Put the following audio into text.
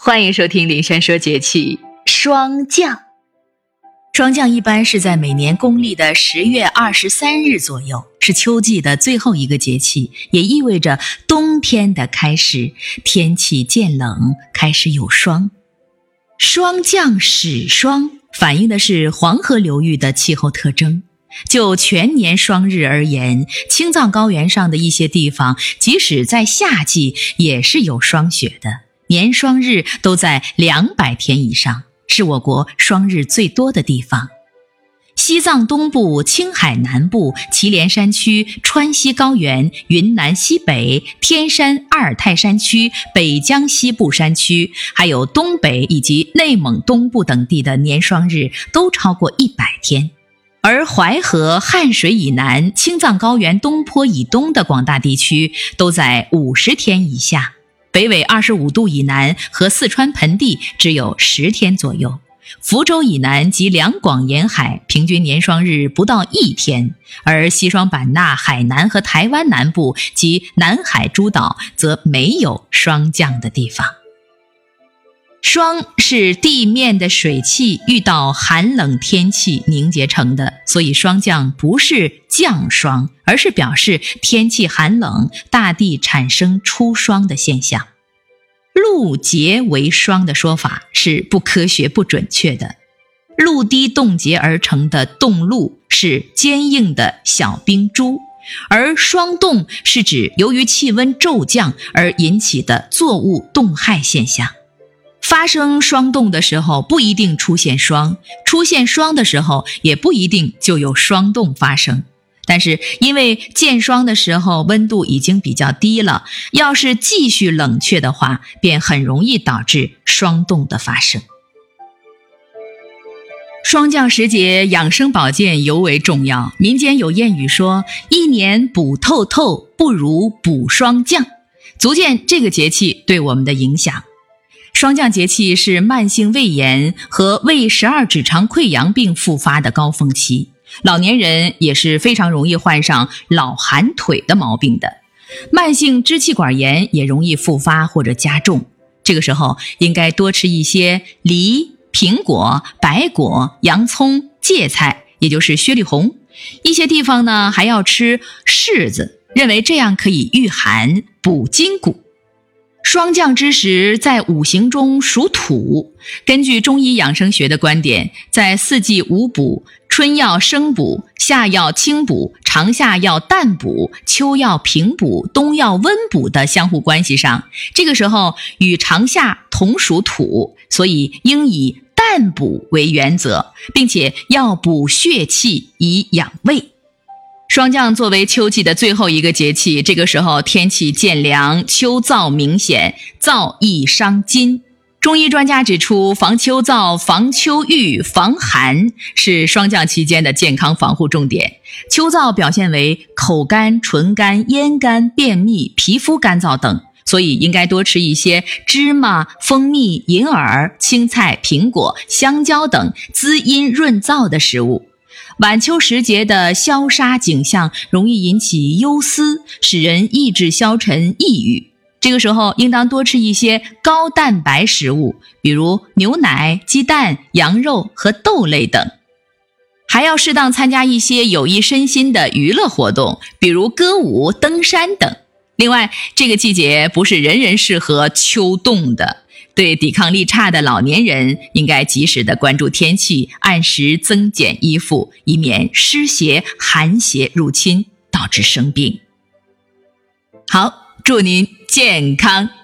欢迎收听林珊说节气。霜降， 霜降一般是在每年公历的10月23日左右，是秋季的最后一个节气，也意味着冬天的开始，天气渐冷，开始有霜。霜降始霜反映的是黄河流域的气候特征。就全年霜日而言，青藏高原上的一些地方即使在夏季也是有霜雪的，年霜日都在200天以上，是我国霜日最多的地方。西藏东部、青海南部、祁连山区、川西高原、云南西北、天山阿尔泰山区、北疆西部山区，还有东北以及内蒙东部等地的年霜日都超过100天。而淮河、汉水以南、青藏高原东坡以东的广大地区都在50天以下，北纬25度以南和四川盆地只有10天左右，福州以南及两广沿海平均年霜日不到1天，而西双版纳、海南和台湾南部及南海诸岛则没有霜降的地方。霜是地面的水汽遇到寒冷天气凝结成的，所以霜降不是降霜，而是表示天气寒冷，大地产生出霜的现象。露结为霜的说法是不科学不准确的。露滴冻结而成的冻露是坚硬的小冰珠，而霜冻是指由于气温骤降而引起的作物冻害现象。发生霜冻的时候不一定出现霜，出现霜的时候也不一定就有霜冻发生。但是因为见霜的时候温度已经比较低了，要是继续冷却的话，便很容易导致霜冻的发生。霜降时节，养生保健尤为重要。民间有谚语说，一年补透透不如补霜降，足见这个节气对我们的影响。霜降节气是慢性胃炎和胃12指肠溃疡病复发的高峰期，老年人也是非常容易患上老寒腿的毛病的，慢性支气管炎也容易复发或者加重。这个时候应该多吃一些梨、苹果、白果、洋葱、芥菜，也就是雪里红。一些地方呢还要吃柿子，认为这样可以御寒补筋骨。霜降之时，在五行中属土。根据中医养生学的观点，在四季五补，春要生补，夏要清补，长夏要淡补，秋要平补，冬要温补的相互关系上，这个时候与长夏同属土，所以应以淡补为原则，并且要补血气以养胃。霜降作为秋季的最后一个节气，这个时候天气渐凉，秋燥明显，燥易伤筋。中医专家指出，防秋燥、防秋郁、防寒是霜降期间的健康防护重点。秋燥表现为口干、唇干、咽干、便秘、皮肤干燥等，所以应该多吃一些芝麻、蜂蜜、银耳、青菜、苹果、香蕉等滋阴润燥的食物。晚秋时节的消杀景象容易引起忧思，使人意志消沉、抑郁。这个时候应当多吃一些高蛋白食物，比如牛奶、鸡蛋、羊肉和豆类等。还要适当参加一些有益身心的娱乐活动，比如歌舞、登山等。另外，这个季节不是人人适合秋冻的，对抵抗力差的老年人应该及时的关注天气，按时增减衣服，以免湿邪、寒邪入侵，导致生病。好，祝您健康